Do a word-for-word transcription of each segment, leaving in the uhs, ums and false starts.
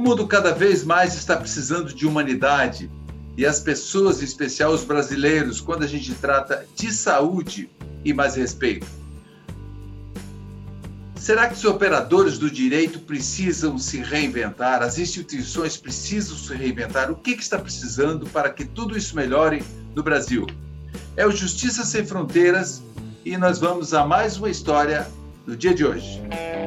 mundo cada vez mais está precisando de humanidade e as pessoas, em especial os brasileiros, quando a gente trata de saúde e mais respeito. Será que os operadores do direito precisam se reinventar? As instituições precisam se reinventar? O que que está precisando para que tudo isso melhore no Brasil? É o Justiça Sem Fronteiras e nós vamos a mais uma história no dia de hoje.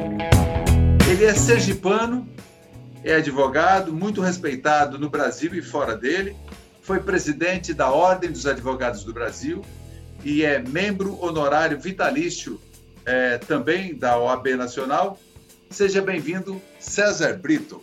Ele é sergipano, é advogado, muito respeitado no Brasil e fora dele, foi presidente da Ordem dos Advogados do Brasil e é membro honorário vitalício é, também da O A B Nacional. Seja bem-vindo, César Brito.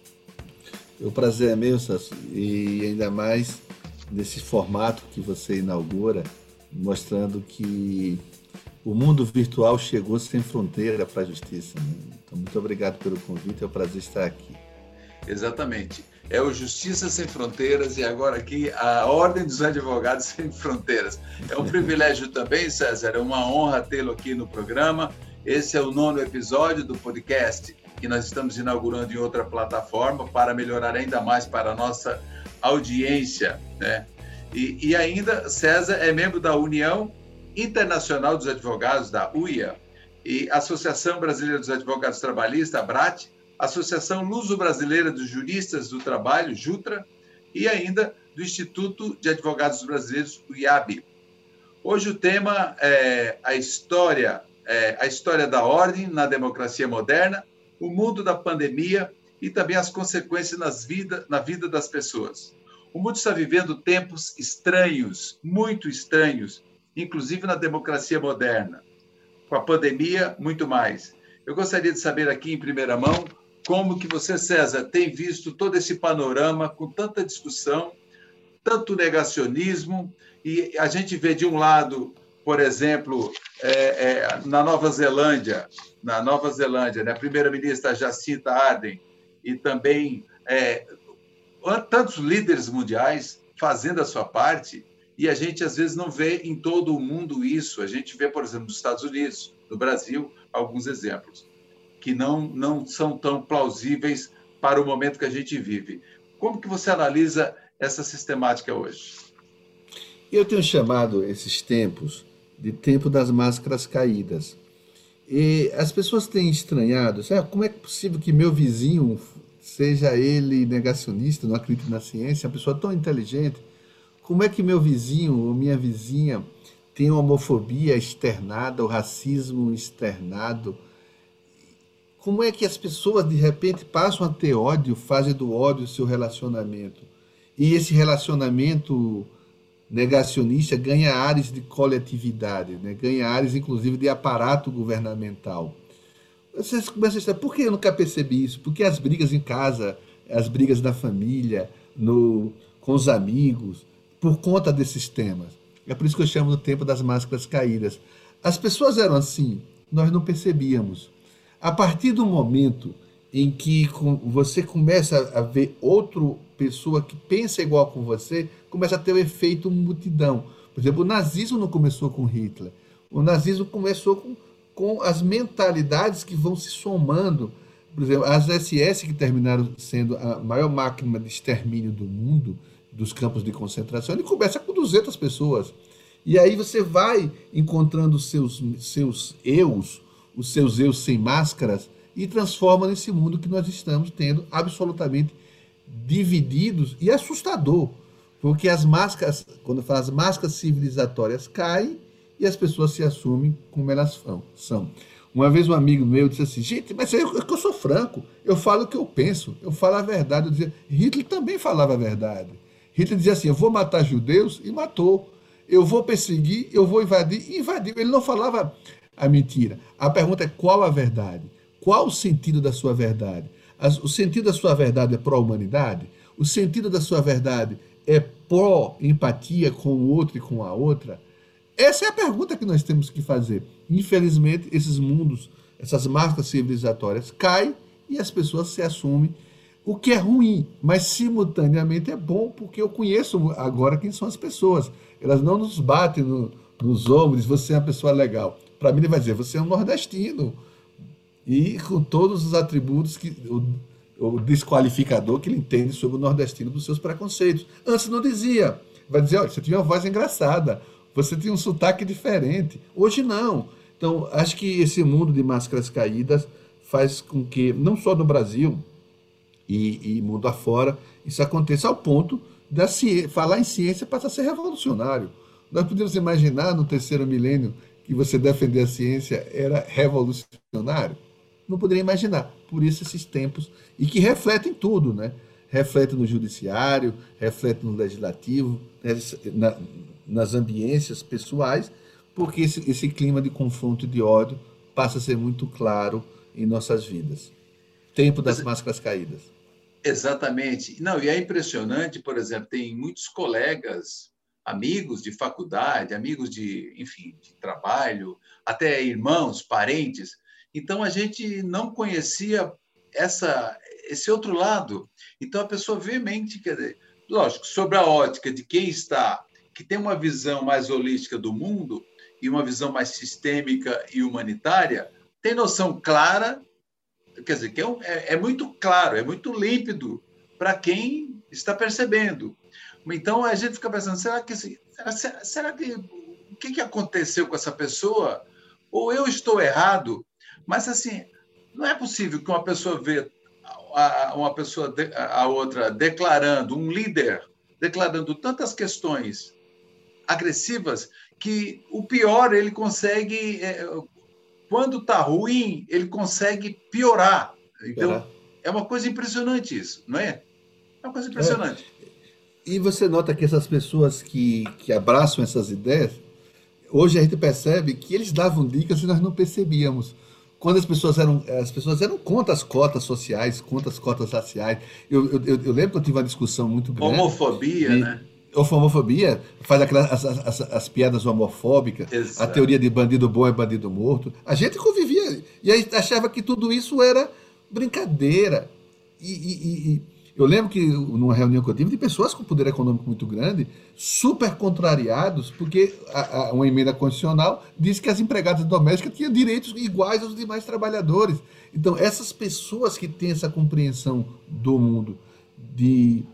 O prazer é meu, Celso, e ainda mais nesse formato que você inaugura, mostrando que o mundo virtual chegou sem fronteira para a justiça. Né? Então, muito obrigado pelo convite, é um prazer estar aqui. Exatamente. É o Justiça Sem Fronteiras e agora aqui a Ordem dos Advogados Sem Fronteiras. É um privilégio também, César, é uma honra tê-lo aqui no programa. Esse é o nono episódio do podcast que nós estamos inaugurando em outra plataforma para melhorar ainda mais para a nossa audiência, né? E, e ainda, César é membro da União Internacional dos Advogados, da U I A, e Associação Brasileira dos Advogados Trabalhistas, a BRAT, Associação Luso-Brasileira dos Juristas do Trabalho, JUTRA, e ainda do Instituto de Advogados Brasileiros, o I A B. Hoje o tema é a história, é a história da ordem na democracia moderna, o mundo da pandemia e também as consequências nas vida, na vida das pessoas. O mundo está vivendo tempos estranhos, muito estranhos, inclusive na democracia moderna. Com a pandemia, muito mais. Eu gostaria de saber aqui em primeira mão como que você, César, tem visto todo esse panorama com tanta discussão, tanto negacionismo, e a gente vê de um lado, por exemplo, é, é, na Nova Zelândia, na Nova Zelândia, né, a primeira-ministra Jacinta Ardern e também é, tantos líderes mundiais fazendo a sua parte, e a gente às vezes não vê em todo o mundo isso. A gente vê, por exemplo, nos Estados Unidos, no Brasil, alguns exemplos que não, não são tão plausíveis para o momento que a gente vive. Como que você analisa essa sistemática hoje? Eu tenho chamado esses tempos de tempo das máscaras caídas. E as pessoas têm estranhado, sabe, como é possível que meu vizinho, seja ele negacionista, não acredita na ciência, uma pessoa tão inteligente, como é que meu vizinho ou minha vizinha tem homofobia externada, o racismo externado? Como é que as pessoas, de repente, passam a ter ódio, fazem do ódio o seu relacionamento? E esse relacionamento negacionista ganha áreas de coletividade, né? Ganha áreas, inclusive, de aparato governamental. Vocês começam a dizer, por que eu nunca percebi isso? Porque as brigas em casa, as brigas da família, no, com os amigos, por conta desses temas. É por isso que eu chamo do tempo das máscaras caídas. As pessoas eram assim, nós não percebíamos. A partir do momento em que você começa a ver outra pessoa que pensa igual com você, começa a ter o efeito multidão. Por exemplo, o nazismo não começou com Hitler. O nazismo começou com, com as mentalidades que vão se somando. Por exemplo, as S S, que terminaram sendo a maior máquina de extermínio do mundo, dos campos de concentração, ele começa com duzentas pessoas. E aí você vai encontrando os seus, seus eus, os seus eus sem máscaras, e transforma nesse mundo que nós estamos tendo absolutamente divididos e assustador, porque as máscaras, quando fala as máscaras civilizatórias caem e as pessoas se assumem como elas são. Uma vez um amigo meu disse assim, gente, mas eu, eu sou franco, eu falo o que eu penso, eu falo a verdade. Eu dizia, Hitler também falava a verdade. Hitler dizia assim, eu vou matar judeus, e matou. Eu vou perseguir, eu vou invadir, e invadiu. Ele não falava a mentira. A pergunta é qual a verdade? Qual o sentido da sua verdade? O sentido da sua verdade é pró-humanidade? O sentido da sua verdade é pró-empatia com o outro e com a outra? Essa é a pergunta que nós temos que fazer. Infelizmente, esses mundos, essas máscaras civilizatórias caem e as pessoas se assumem, o que é ruim, mas simultaneamente é bom, porque eu conheço agora quem são as pessoas. Elas não nos batem no, nos ombros, você é uma pessoa legal. Para mim, ele vai dizer, você é um nordestino. E com todos os atributos que, o desqualificador que ele entende sobre o nordestino dos seus preconceitos. Antes não dizia. Vai dizer, olha, você tinha uma voz engraçada, você tinha um sotaque diferente. Hoje não. Então, acho que esse mundo de máscaras caídas faz com que, não só no Brasil e, e mundo afora, isso aconteça ao ponto da ciência, falar em ciência passa a ser revolucionário. Nós podemos imaginar no terceiro milênio que você defender a ciência era revolucionário? Não poderia imaginar. Por isso esses tempos, e que refletem tudo, né? Reflete no judiciário, reflete no legislativo, na, nas ambiências pessoais, porque esse, esse clima de confronto e de ódio passa a ser muito claro em nossas vidas. Tempo das máscaras caídas. Exatamente. Não, e é impressionante, por exemplo, tem muitos colegas, amigos de faculdade, amigos de, enfim, de trabalho, até irmãos, parentes. Então, a gente não conhecia essa, esse outro lado. Então, a pessoa veemente, quer dizer, lógico, sobre a ótica de quem está, que tem uma visão mais holística do mundo e uma visão mais sistêmica e humanitária, tem noção clara, quer dizer, que é, é, é muito claro, é muito límpido para quem está percebendo. Então, a gente fica pensando, será que, será, será que o que, que aconteceu com essa pessoa? Ou eu estou errado? Mas, assim, não é possível que uma pessoa vê a, uma pessoa, a outra, declarando, um líder, declarando tantas questões agressivas, que o pior ele consegue, é, quando está ruim, ele consegue piorar. Então, é uma coisa impressionante isso, não é? É uma coisa impressionante. É. E você nota que essas pessoas que, que abraçam essas ideias, hoje a gente percebe que eles davam dicas e nós não percebíamos. Quando as pessoas eram, as pessoas eram contra as cotas sociais, contra as cotas raciais. Eu, eu, eu lembro que eu tive uma discussão muito grande. Homofobia, de, né? Homofobia, faz aquelas, as, as, as piadas homofóbicas, Exato. A teoria de bandido bom é bandido morto. A gente convivia e aí achava que tudo isso era brincadeira. E, e, e eu lembro que numa reunião que eu tive de pessoas com poder econômico muito grande, super contrariados, porque a, a, uma emenda constitucional diz que as empregadas domésticas tinham direitos iguais aos demais trabalhadores. Então, essas pessoas que têm essa compreensão do mundo, de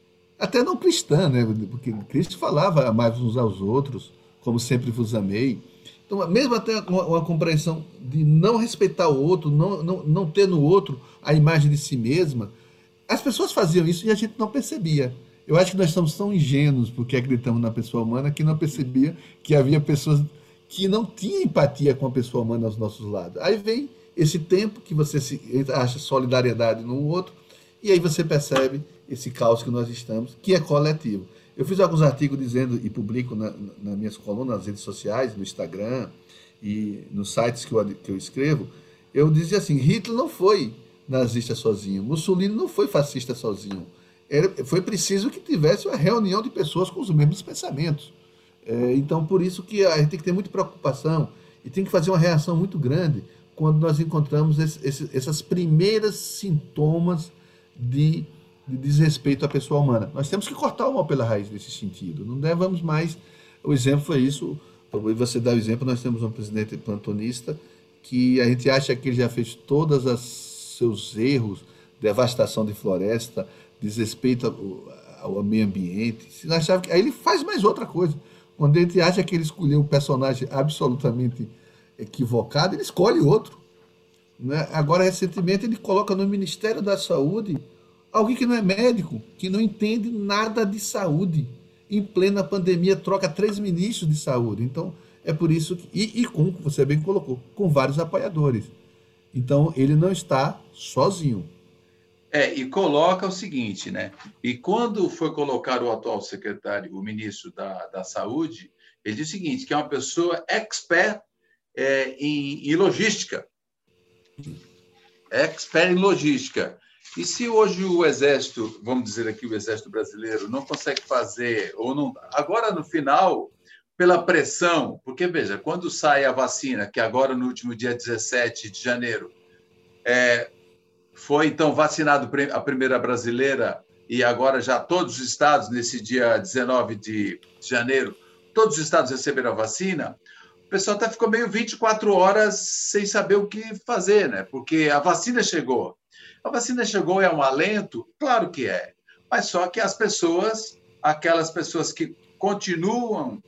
até não cristã, né? Porque Cristo falava mais uns aos outros, como sempre vos amei. Então, mesmo até uma, uma compreensão de não respeitar o outro, não, não, não ter no outro a imagem de si mesma, as pessoas faziam isso e a gente não percebia. Eu acho que nós somos tão ingênuos porque acreditamos na pessoa humana que não percebia que havia pessoas que não tinham empatia com a pessoa humana aos nossos lados. Aí vem esse tempo que você se, acha solidariedade no outro e aí você percebe esse caos que nós estamos, que é coletivo. Eu fiz alguns artigos dizendo e publico na, nas minhas colunas, nas redes sociais, no Instagram e nos sites que eu, que eu escrevo. Eu dizia assim, Hitler não foi nazista sozinho, Mussolini não foi fascista sozinho. Era, foi preciso que tivesse uma reunião de pessoas com os mesmos pensamentos. É, então, por isso que a gente tem que ter muita preocupação e tem que fazer uma reação muito grande quando nós encontramos esse, esse, essas primeiras sintomas de, de desrespeito à pessoa humana. Nós temos que cortar o mal pela raiz nesse sentido. Não devemos mais... O exemplo foi isso. Você dá o exemplo, nós temos um presidente plantonista que a gente acha que ele já fez todas as seus erros, devastação de floresta, desrespeito ao, ao meio ambiente. Se não achava que, aí ele faz mais outra coisa. Quando a gente acha que ele escolheu um personagem absolutamente equivocado, ele escolhe outro. Né? Agora, recentemente, ele coloca no Ministério da Saúde alguém que não é médico, que não entende nada de saúde. Em plena pandemia, troca três ministros de saúde. Então, é por isso que... E, e com, você bem colocou, com vários apoiadores. Então, ele não está sozinho. É, e coloca o seguinte, né? E quando foi colocar o atual secretário, o ministro da, da Saúde, ele diz o seguinte, que é uma pessoa expert é, em, em logística. Expert em logística. E se hoje o Exército, vamos dizer aqui, o Exército Brasileiro, não consegue fazer, ou não... Agora, no final... pela pressão, porque, veja, quando sai a vacina, que agora no último dia dezessete de janeiro, é, foi então vacinado a primeira brasileira e agora já todos os estados, nesse dia dezenove de janeiro, todos os estados receberam a vacina, o pessoal até ficou meio vinte e quatro horas sem saber o que fazer, né? Porque a vacina chegou. A vacina chegou, é um alento? Claro que é. Mas só que as pessoas, aquelas pessoas que continuam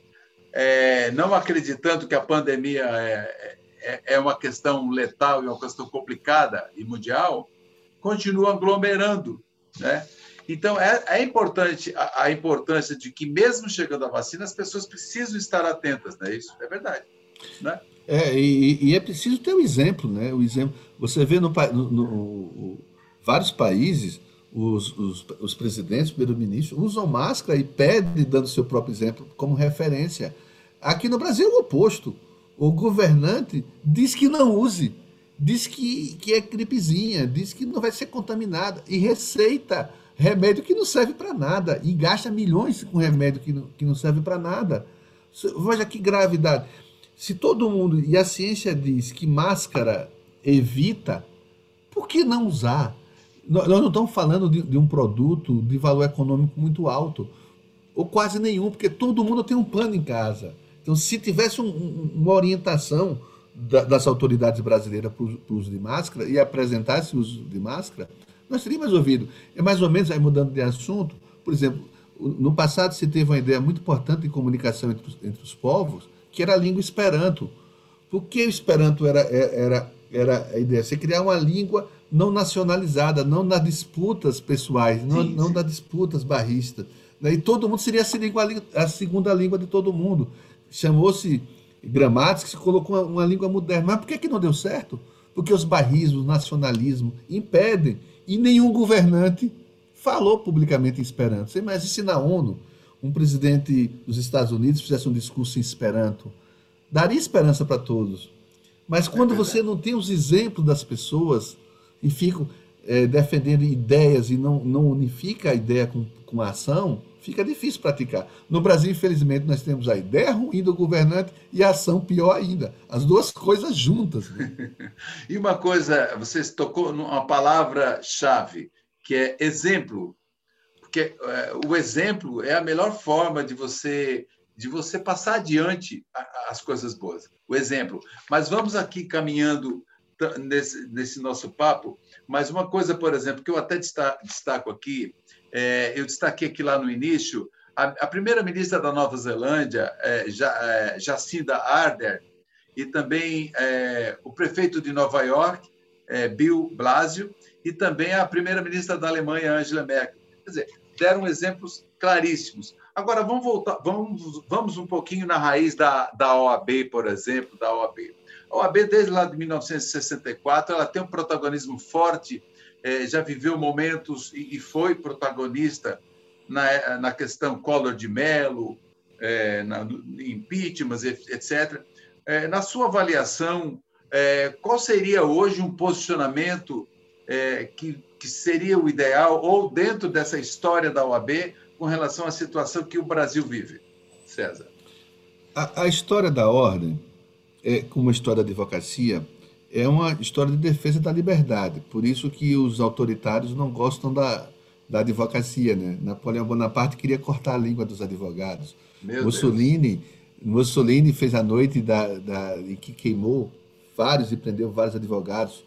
é, não acreditando que a pandemia é, é, é uma questão letal e uma questão complicada e mundial, continuam aglomerando, né? Então, é, é importante a, a importância de que, mesmo chegando a vacina, as pessoas precisam estar atentas, né? Isso é verdade, né? É, e, e é preciso ter o exemplo, né? O exemplo. Você vê no, pa- no- no- o- vários países, os, os, os presidentes, primeiro-ministros, usam máscara e pedem, dando seu próprio exemplo, como referência. Aqui no Brasil é o oposto. O governante diz que não use, diz que, que é gripezinha, diz que não vai ser contaminada e receita remédio que não serve para nada e gasta milhões com remédio que não, que não serve para nada. Veja que gravidade. Se todo mundo, e a ciência diz que máscara evita, por que não usar? Nós não estamos falando de, de um produto de valor econômico muito alto, ou quase nenhum, porque todo mundo tem um plano em casa. Então, se tivesse um- um- uma orientação da- das autoridades brasileiras para o uso de máscara e apresentasse o uso de máscara, nós teríamos resolvido. É mais ou menos, aí mudando de assunto, por exemplo, o- no passado se teve uma ideia muito importante de comunicação entre os, entre os povos, que era a língua Esperanto. Por que o Esperanto era, era, era a ideia? Você criar uma língua não nacionalizada, não nas disputas pessoais, não, Sim, não sim. nas disputas barristas. Né? E todo mundo seria a segunda, língua- a segunda língua de todo mundo. Chamou-se gramática, se colocou uma, uma língua moderna. Mas por que, que não deu certo? Porque os barrismos, o nacionalismo impedem. E nenhum governante falou publicamente em Esperanto. Você imagina se na ONU um presidente dos Estados Unidos fizesse um discurso em Esperanto, daria esperança para todos. Mas É quando você verdade. não tem os exemplos das pessoas e ficam eh, defendendo ideias e não, não unifica a ideia com, com a ação, fica difícil praticar. No Brasil, infelizmente, nós temos a ideia ruim do governante e a ação pior ainda. As duas coisas juntas. Né? E uma coisa, você tocou numa palavra-chave, que é exemplo. Porque é, o exemplo é a melhor forma de você de você passar adiante as coisas boas. O exemplo. Mas vamos aqui caminhando nesse, nesse nosso papo. Mas uma coisa, por exemplo, que eu até destaco aqui, é, eu destaquei aqui lá no início, a, a primeira-ministra da Nova Zelândia, é, é, Jacinda Ardern, e também é, o prefeito de Nova York, é, Bill Blasio, e também a primeira-ministra da Alemanha, Angela Merkel. Quer dizer, deram exemplos claríssimos. Agora, vamos voltar, vamos, vamos um pouquinho na raiz da, da O A B, por exemplo, da O A B. A O A B, desde lá de mil novecentos e sessenta e quatro, ela tem um protagonismo forte, eh, já viveu momentos e, e foi protagonista na, na questão Collor de Mello, eh, na, impeachment, etcétera. Eh, na sua avaliação, eh, qual seria hoje um posicionamento eh, que que seria o ideal, ou dentro dessa história da O A B, com relação à situação que o Brasil vive? César. A, a história da ordem, é, como a história da advocacia, é uma história de defesa da liberdade. Por isso que os autoritários não gostam da, da advocacia. Né? Napoleão Bonaparte queria cortar a língua dos advogados. Meu Deus. Mussolini, Mussolini fez a noite da, da, em que queimou vários e prendeu vários advogados.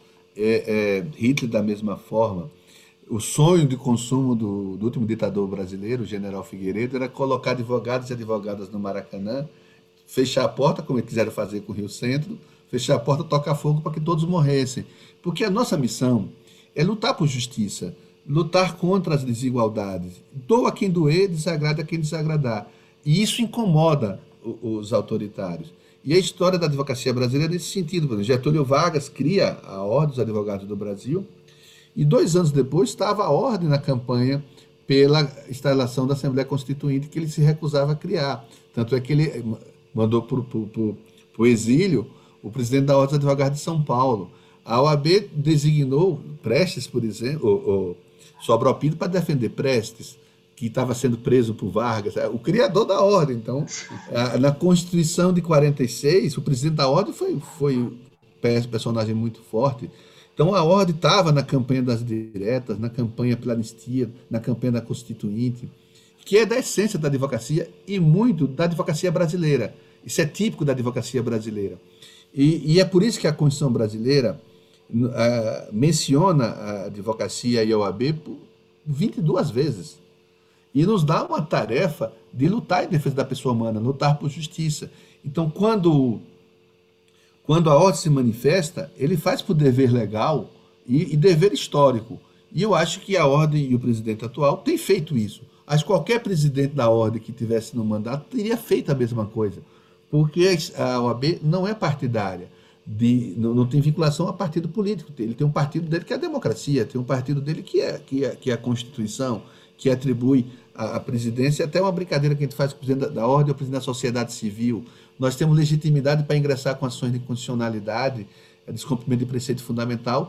É, é, Hitler da mesma forma. O sonho de consumo do, do último ditador brasileiro, o general Figueiredo, era colocar advogados e advogadas no Maracanã, fechar a porta, como eles quiseram fazer com o Rio Centro, fechar a porta, tocar fogo para que todos morressem. Porque a nossa missão é lutar por justiça, lutar contra as desigualdades. Doa quem doer, desagrada quem desagradar. E isso incomoda os autoritários. E a história da advocacia brasileira é nesse sentido. Getúlio Vargas cria a Ordem dos Advogados do Brasil e dois anos depois estava a ordem na campanha pela instalação da Assembleia Constituinte que ele se recusava a criar. Tanto é que ele mandou para o exílio o presidente da Ordem dos Advogados de São Paulo. A O A B designou Prestes, por exemplo, o, o Sobral Pinto, para defender Prestes, que estava sendo preso por Vargas, o criador da ordem. Então, na Constituição de quarenta e seis, o presidente da ordem foi, foi um personagem muito forte. Então, a ordem estava na campanha das diretas, na campanha pela anistia, na campanha da Constituinte, que é da essência da advocacia e muito da advocacia brasileira. Isso é típico da advocacia brasileira. E, e é por isso que a Constituição brasileira uh, menciona a advocacia e a O A B por vinte e duas vezes. E nos dá uma tarefa de lutar em defesa da pessoa humana, lutar por justiça. Então, quando, quando a ordem se manifesta, ele faz por dever legal e, e dever histórico. E eu acho que a ordem e o presidente atual têm feito isso. Acho que qualquer presidente da ordem que tivesse no mandato teria feito a mesma coisa. Porque a O A B não é partidária, de, não, não tem vinculação a partido político. Ele tem um partido dele que é a democracia, tem um partido dele que é, que é, que é a Constituição, que atribui a, a presidência, até uma brincadeira que a gente faz com o presidente da, da ordem ou o presidente da sociedade civil. Nós temos legitimidade para ingressar com ações de constitucionalidade, descumprimento de preceito fundamental,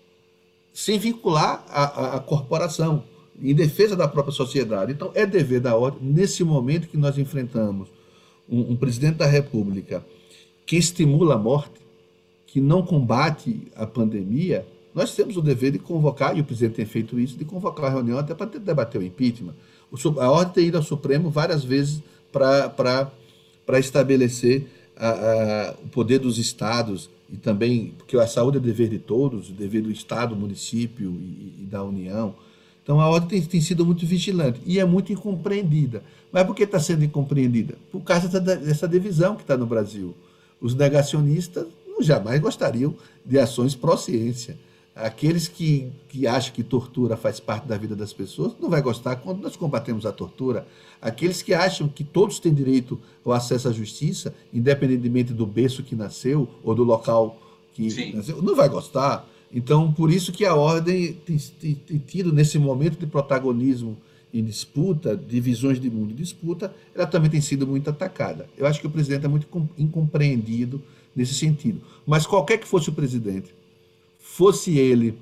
sem vincular a, a, a corporação, em defesa da própria sociedade. Então, é dever da ordem, nesse momento que nós enfrentamos um, um presidente da República que estimula a morte, que não combate a pandemia, nós temos o dever de convocar, e o presidente tem feito isso, de convocar a reunião até para debater o impeachment. O, a ordem tem ido ao Supremo várias vezes para estabelecer a, a, o poder dos estados, e também, porque a saúde é dever de todos, o dever do Estado, município e, e da União. Então, a ordem tem, tem sido muito vigilante e é muito incompreendida. Mas por que está sendo incompreendida? Por causa dessa, dessa divisão que está no Brasil. Os negacionistas não jamais gostariam de ações pró-ciência. Aqueles que, que acham que tortura faz parte da vida das pessoas não vai gostar quando nós combatemos a tortura. Aqueles que acham que todos têm direito ao acesso à justiça, independentemente do berço que nasceu ou do local que Sim. nasceu, não vai gostar. Então, por isso que a ordem tem, tem, tem tido, nesse momento de protagonismo em disputa, de visões de mundo em disputa, ela também tem sido muito atacada. Eu acho que o presidente é muito incompreendido nesse sentido. Mas qualquer que fosse o presidente, fosse ele,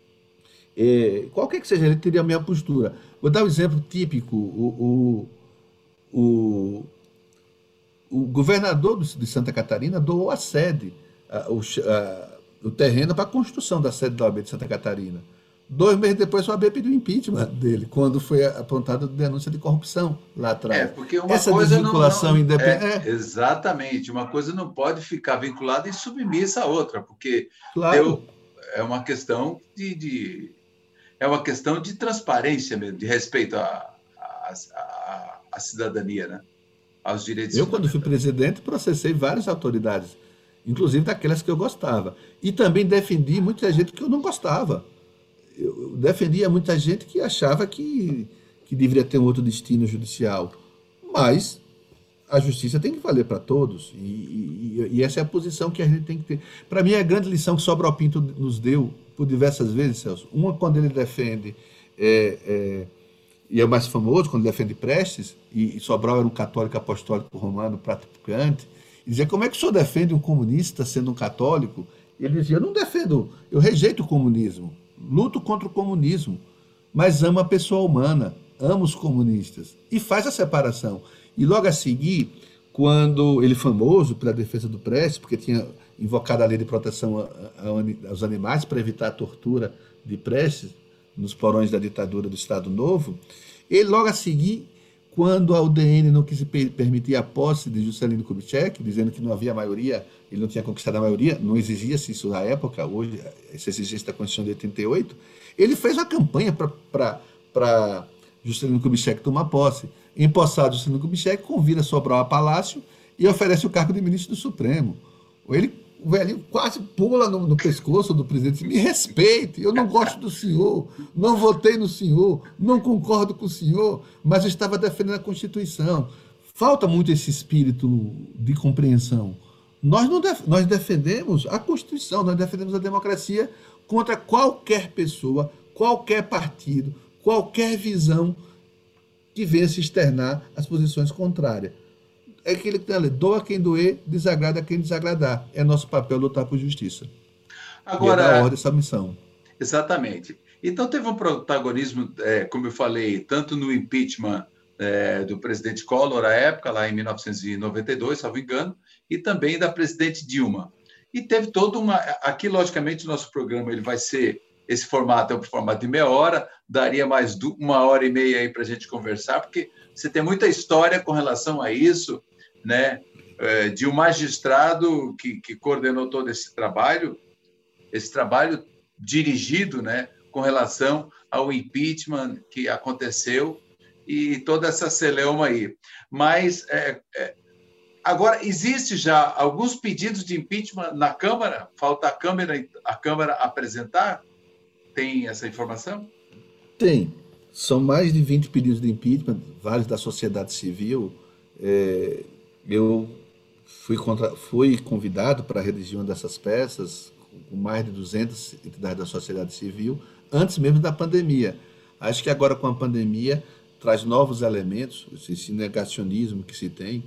é, qualquer que seja ele, teria a mesma postura. Vou dar um exemplo típico. O, o, o, o governador de Santa Catarina doou a sede, a, o, a, o terreno para a construção da sede da O A B de Santa Catarina. Dois meses depois, a O A B pediu o impeachment dele, quando foi apontada denúncia de corrupção lá atrás. É, porque uma Essa coisa desvinculação não, não, independente. É, exatamente. Uma coisa não pode ficar vinculada e submissa à outra, porque Claro. deu, é uma questão de, de é uma questão de transparência mesmo, de respeito à, à, à, à cidadania, né? Aos direitos Eu, quando fui presidente, processei várias autoridades, inclusive daquelas que eu gostava. E também defendi muita gente que eu não gostava. Eu defendia muita gente que achava que, que deveria ter um outro destino judicial. Mas a justiça tem que valer para todos. E, e, e essa é a posição que a gente tem que ter. Para mim, é a grande lição que Sobral Pinto nos deu por diversas vezes, Celso. Uma, quando ele defende, é, é, e é o mais famoso, quando ele defende Prestes, e, e Sobral era um católico apostólico romano praticante, e dizia, como é que o senhor defende um comunista sendo um católico? Ele dizia, eu não defendo, eu rejeito o comunismo. Luto contra o comunismo, mas amo a pessoa humana, amo os comunistas. E faz a separação. E logo a seguir, quando ele famoso pela defesa do Prestes, porque tinha invocado a lei de proteção a, a, aos animais para evitar a tortura de Prestes nos porões da ditadura do Estado Novo, ele logo a seguir, quando a U D N não quis permitir a posse de Juscelino Kubitschek, dizendo que não havia maioria, ele não tinha conquistado a maioria, não exigia-se isso na época, hoje, essa exigência da Constituição de oitenta e oito, ele fez uma campanha para Juscelino Kubitschek tomar posse. Empossado Juscelino Kubitschek, convida Sobral a Palácio e oferece o cargo de ministro do Supremo. Ele, o velhinho quase pula no, no pescoço do presidente e diz, me respeite, eu não gosto do senhor, não votei no senhor, não concordo com o senhor, mas eu estava defendendo a Constituição. Falta muito esse espírito de compreensão. Nós, não def nós defendemos a Constituição, nós defendemos a democracia contra qualquer pessoa, qualquer partido, qualquer visão que venha se externar as posições contrárias. É aquele que tem a lei, doa quem doer, desagrada quem desagradar. É nosso papel lutar por justiça. Agora, e é da ordem essa missão. Exatamente. Então teve um protagonismo, é, como eu falei, tanto no impeachment é, do presidente Collor, à época, lá em mil novecentos e noventa e dois, salvo engano, e também da presidente Dilma. E teve toda uma... Aqui, logicamente, o nosso programa ele vai ser... Esse formato é um formato de meia hora, daria mais uma hora e meia aí para a gente conversar, porque você tem muita história com relação a isso, né? é, de um magistrado que, que coordenou todo esse trabalho, esse trabalho dirigido, né, com relação ao impeachment que aconteceu e toda essa celeuma aí. Mas, é, é, agora, existe já alguns pedidos de impeachment na Câmara? Falta a Câmara, a Câmara apresentar? Tem essa informação? Tem. São mais de vinte pedidos de impeachment, vários da sociedade civil. É, eu fui, contra, fui convidado para redigir uma dessas peças, com mais de duzentas entidades da sociedade civil, antes mesmo da pandemia. Acho que agora, com a pandemia, traz novos elementos, esse negacionismo que se tem,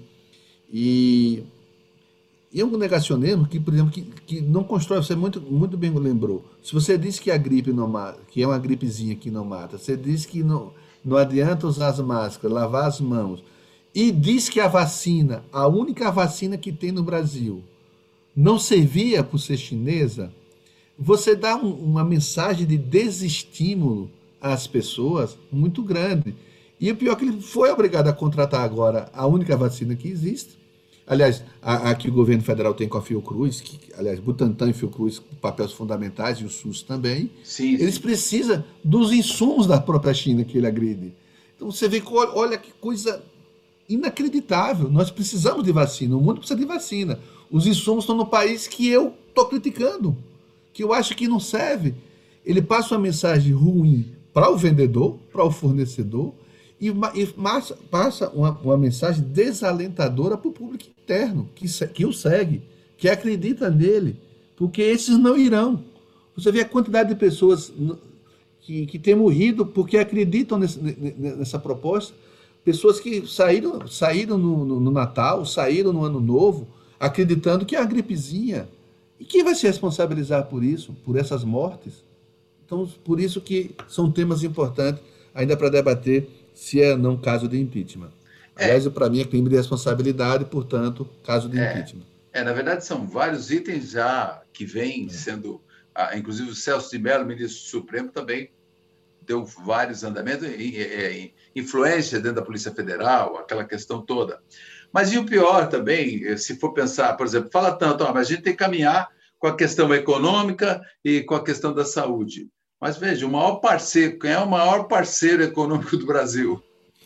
e, e é um negacionismo que, por exemplo, que, que não constrói, você muito, muito bem lembrou. Se você diz que a gripe não mata, que é uma gripezinha que não mata, você diz que não, não adianta usar as máscaras, lavar as mãos, e diz que a vacina, a única vacina que tem no Brasil, não servia por ser chinesa, você dá um, uma mensagem de desestímulo às pessoas muito grande. E o pior é que ele foi obrigado a contratar agora a única vacina que existe. Aliás, a, a que o governo federal tem com a Fiocruz, que, aliás, Butantan e Fiocruz, papéis fundamentais, e o SUS também. Sim, sim. Eles precisam dos insumos da própria China que ele agride. Então você vê que, olha que coisa inacreditável. Nós precisamos de vacina, o mundo precisa de vacina. Os insumos estão no país que eu estou criticando, que eu acho que não serve. Ele passa uma mensagem ruim para o vendedor, para o fornecedor, e, e passa uma, uma mensagem desalentadora para o público interno, que, que o segue, que acredita nele, porque esses não irão. Você vê a quantidade de pessoas que, que têm morrido porque acreditam nesse, nessa proposta, pessoas que saíram, saíram no, no, no Natal, saíram no Ano Novo, acreditando que é uma gripezinha. E quem vai se responsabilizar por isso, por essas mortes? Então, por isso que são temas importantes ainda para debater se é ou não caso de impeachment. Aliás, é. para mim é crime de responsabilidade, portanto, caso de é. impeachment. É, na verdade, são vários itens já que vêm é. sendo... Ah, inclusive, o Celso de Mello, ministro do Supremo, também deu vários andamentos, e, e, e, influência dentro da Polícia Federal, aquela questão toda. Mas e o pior também, se for pensar, por exemplo, fala tanto, ó, mas a gente tem que caminhar com a questão econômica e com a questão da saúde. Mas veja, o maior parceiro, quem é o maior parceiro econômico do Brasil?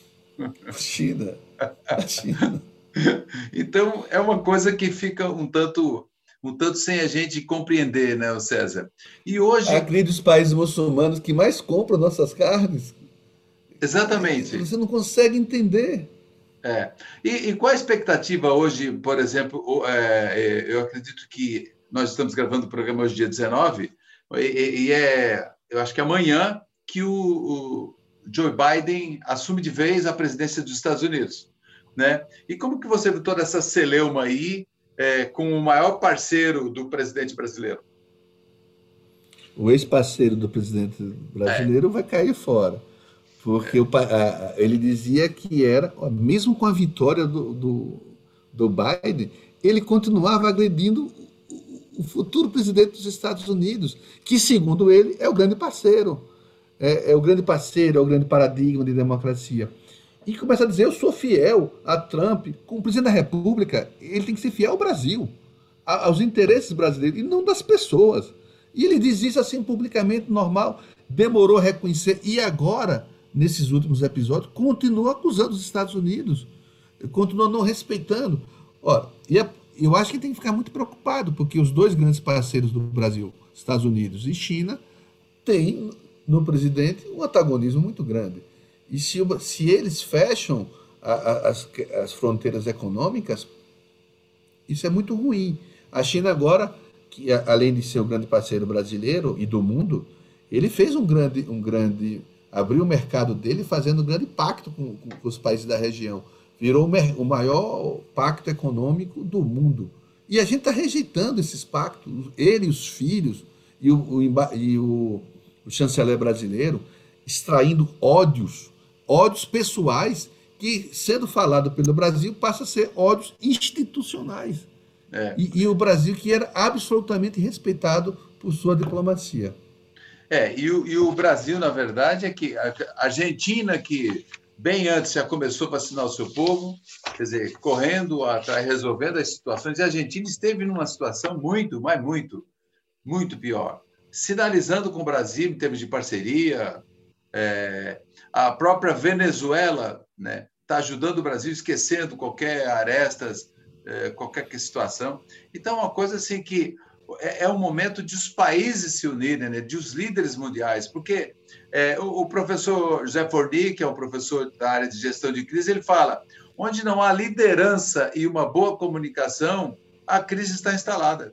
A China. A China. Então, é uma coisa que fica um tanto, um tanto sem a gente compreender, né, César? E hoje... Aquele dos países muçulmanos que mais compram nossas carnes. Exatamente. Você não consegue entender. É. E, e qual a expectativa hoje, por exemplo, é, eu acredito que nós estamos gravando o programa hoje, dia dezenove, e, e é, eu acho que amanhã que o, o Joe Biden assume de vez a presidência dos Estados Unidos, né? E como que você vê toda essa celeuma aí é, com o maior parceiro do presidente brasileiro? O ex-parceiro do presidente brasileiro é. vai cair fora. Porque é. o, a, ele dizia que era, mesmo com a vitória do, do, do Biden, ele continuava agredindo o futuro presidente dos Estados Unidos, que, segundo ele, é o grande parceiro. É, é o grande parceiro, é o grande paradigma de democracia. E começa a dizer, eu sou fiel a Trump. Como presidente da República, ele tem que ser fiel ao Brasil, a, aos interesses brasileiros, e não das pessoas. E ele diz isso assim publicamente, normal, demorou a reconhecer, e agora, nesses últimos episódios, continua acusando os Estados Unidos, continua não respeitando. Ora, e a, eu acho que tem que ficar muito preocupado, porque os dois grandes parceiros do Brasil, Estados Unidos e China, têm no presidente um antagonismo muito grande. E se, se eles fecham a, a, as, as fronteiras econômicas, isso é muito ruim. A China agora, que além de ser o grande parceiro brasileiro e do mundo, ele fez um grande, um grande abriu o mercado dele fazendo um grande pacto com, com, com os países da região. Virou o, o maior pacto econômico do mundo. E a gente está rejeitando esses pactos, ele e os filhos, e o, o, e o, o chanceler brasileiro, extraindo ódios, ódios pessoais, que, sendo falado pelo Brasil, passa a ser ódios institucionais. É. E, e o Brasil que era absolutamente respeitado por sua diplomacia. É, e o, e o Brasil, na verdade, é que a Argentina, que bem antes já começou a vacinar o seu povo, quer dizer, correndo atrás, resolvendo as situações. E a Argentina esteve numa situação muito, mas muito, muito pior, sinalizando com o Brasil em termos de parceria. É, a própria Venezuela, né, está ajudando o Brasil, esquecendo qualquer arestas, é, qualquer situação. Então, uma coisa assim que é, é um momento de os países se unirem, né, de os líderes mundiais, porque é, o, o professor José Forni, que é um professor da área de gestão de crise, ele fala, onde não há liderança e uma boa comunicação, a crise está instalada.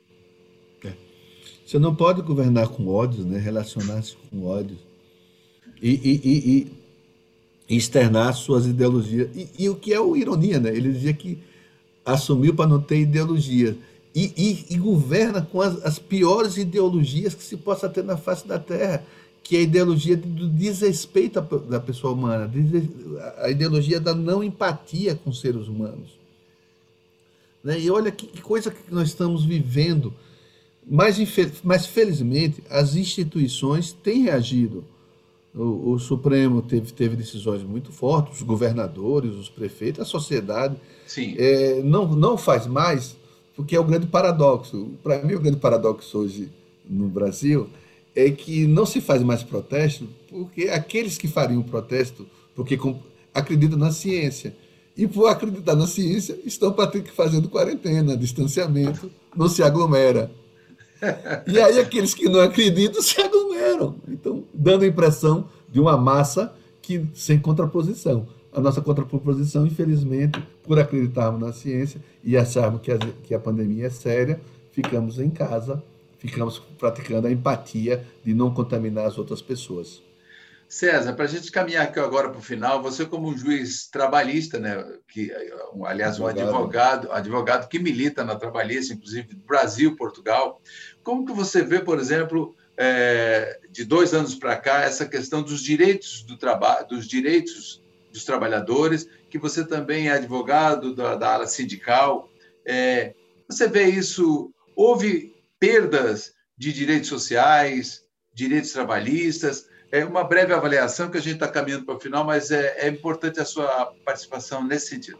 Você não pode governar com ódios, né? Relacionar-se com ódios e, e, e, e externar suas ideologias. E, e o que é o ironia, né? Ele dizia que assumiu para não ter ideologia. E, e, e governa com as, as piores ideologias que se possa ter na face da Terra, que é a ideologia do desrespeito da pessoa humana, a ideologia da não empatia com os seres humanos. Né? E olha que, que coisa que nós estamos vivendo. Mas, mas, felizmente, as instituições têm reagido. O, o Supremo teve, teve decisões muito fortes, os governadores, os prefeitos, a sociedade é, não, não faz mais, porque é o grande paradoxo. Para mim, o grande paradoxo hoje no Brasil é que não se faz mais protesto, porque aqueles que fariam protesto, porque acreditam na ciência, e por acreditar na ciência, estão fazendo quarentena, distanciamento, não se aglomera. E aí aqueles que não acreditam se aglomeram. Então, dando a impressão de uma massa que, sem contraposição. A nossa contraposição, infelizmente, por acreditarmos na ciência e acharmos que a, que a pandemia é séria, ficamos em casa, ficamos praticando a empatia de não contaminar as outras pessoas. César, para a gente caminhar aqui agora para o final, você como um juiz trabalhista, né, que, aliás, um advogado, advogado que milita na trabalhista, inclusive do Brasil, Portugal, como que você vê, por exemplo, é, de dois anos para cá, essa questão dos direitos do trabalho, dos direitos dos trabalhadores, que você também é advogado da, da área sindical, é, você vê isso, houve perdas de direitos sociais, direitos trabalhistas? É uma breve avaliação, que a gente está caminhando para o final, mas é, é importante a sua participação nesse sentido.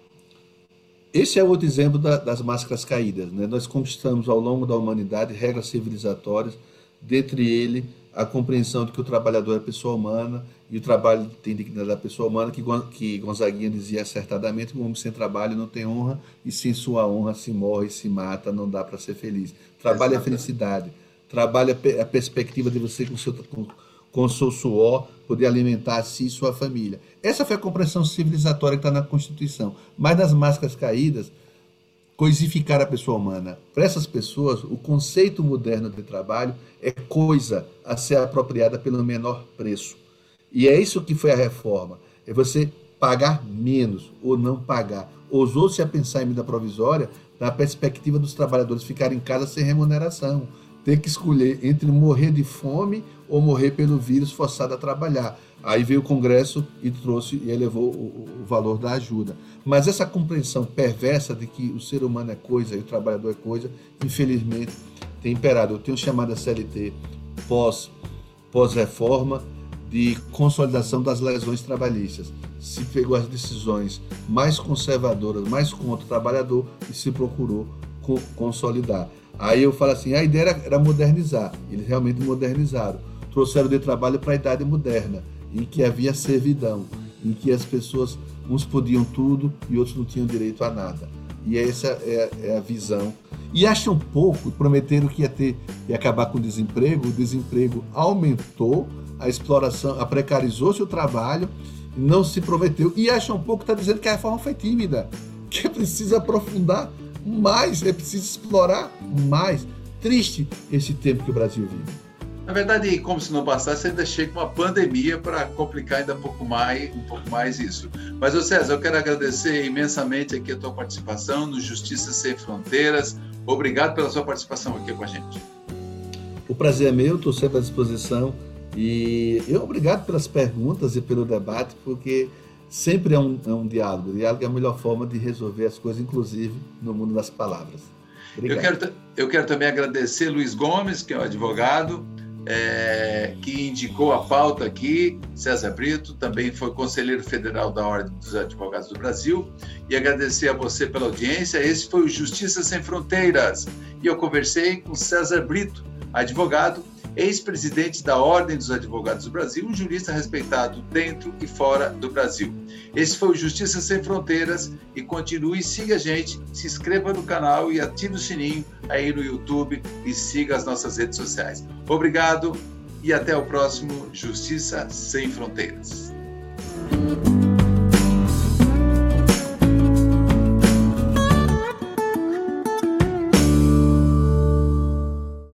Esse é outro exemplo da, das máscaras caídas. Né? Nós conquistamos ao longo da humanidade regras civilizatórias, dentre ele a compreensão de que o trabalhador é pessoa humana e o trabalho tem dignidade da pessoa humana, que, que Gonzaguinha dizia acertadamente que o homem sem trabalho não tem honra e sem sua honra se morre, se mata, não dá para ser feliz. Trabalho é felicidade. Trabalho é a perspectiva de você com o seu... Com, com o seu suor, poder alimentar a si e sua família. Essa foi a compreensão civilizatória que está na Constituição. Mas nas máscaras caídas, coisificar a pessoa humana. Para essas pessoas, o conceito moderno de trabalho é coisa a ser apropriada pelo menor preço. E é isso que foi a reforma. É você pagar menos ou não pagar. Ousou-se a pensar em medida provisória na perspectiva dos trabalhadores ficarem em casa sem remuneração. Ter que escolher entre morrer de fome ou morrer pelo vírus forçado a trabalhar. Aí veio o Congresso e trouxe e elevou o, o valor da ajuda. Mas essa compreensão perversa de que o ser humano é coisa e o trabalhador é coisa, infelizmente, tem imperado. Eu tenho chamado a C L T pós, pós-reforma de consolidação das lesões trabalhistas. Se pegou as decisões mais conservadoras, mais contra o trabalhador e se procurou co- consolidar. Aí eu falo assim, a ideia era, era modernizar. Eles realmente modernizaram. Trouxeram de trabalho para a idade moderna, em que havia servidão, em que as pessoas, uns podiam tudo e outros não tinham direito a nada. E essa é, é a visão. E acham pouco, prometeram que ia ter, ia acabar com o desemprego, o desemprego aumentou, a exploração, a precarizou-se o trabalho, não se prometeu. E acham pouco, está dizendo que a reforma foi tímida, que é preciso aprofundar mais, é preciso explorar mais. Triste esse tempo que o Brasil vive. Na verdade, como se não bastasse, ainda chega uma pandemia para complicar ainda um pouco mais, um pouco mais isso. Mas, ô César, eu quero agradecer imensamente aqui a tua participação no Justiça Sem Fronteiras. Obrigado pela sua participação aqui com a gente. O prazer é meu, estou sempre à disposição. E eu obrigado pelas perguntas e pelo debate, porque sempre é um, é um diálogo. O diálogo é a melhor forma de resolver as coisas, inclusive no mundo das palavras. Eu quero, eu quero também agradecer Luiz Gomes, que é o advogado, é, que indicou a pauta aqui, César Brito, também foi conselheiro federal da Ordem dos Advogados do Brasil, e agradecer a você pela audiência. Esse foi o Justiça Sem Fronteiras, e eu conversei com César Brito, advogado, ex-presidente da Ordem dos Advogados do Brasil, um jurista respeitado dentro e fora do Brasil. Esse foi o Justiça Sem Fronteiras, e continue e siga a gente, se inscreva no canal e ative o sininho aí no YouTube e siga as nossas redes sociais. Obrigado e até o próximo Justiça Sem Fronteiras.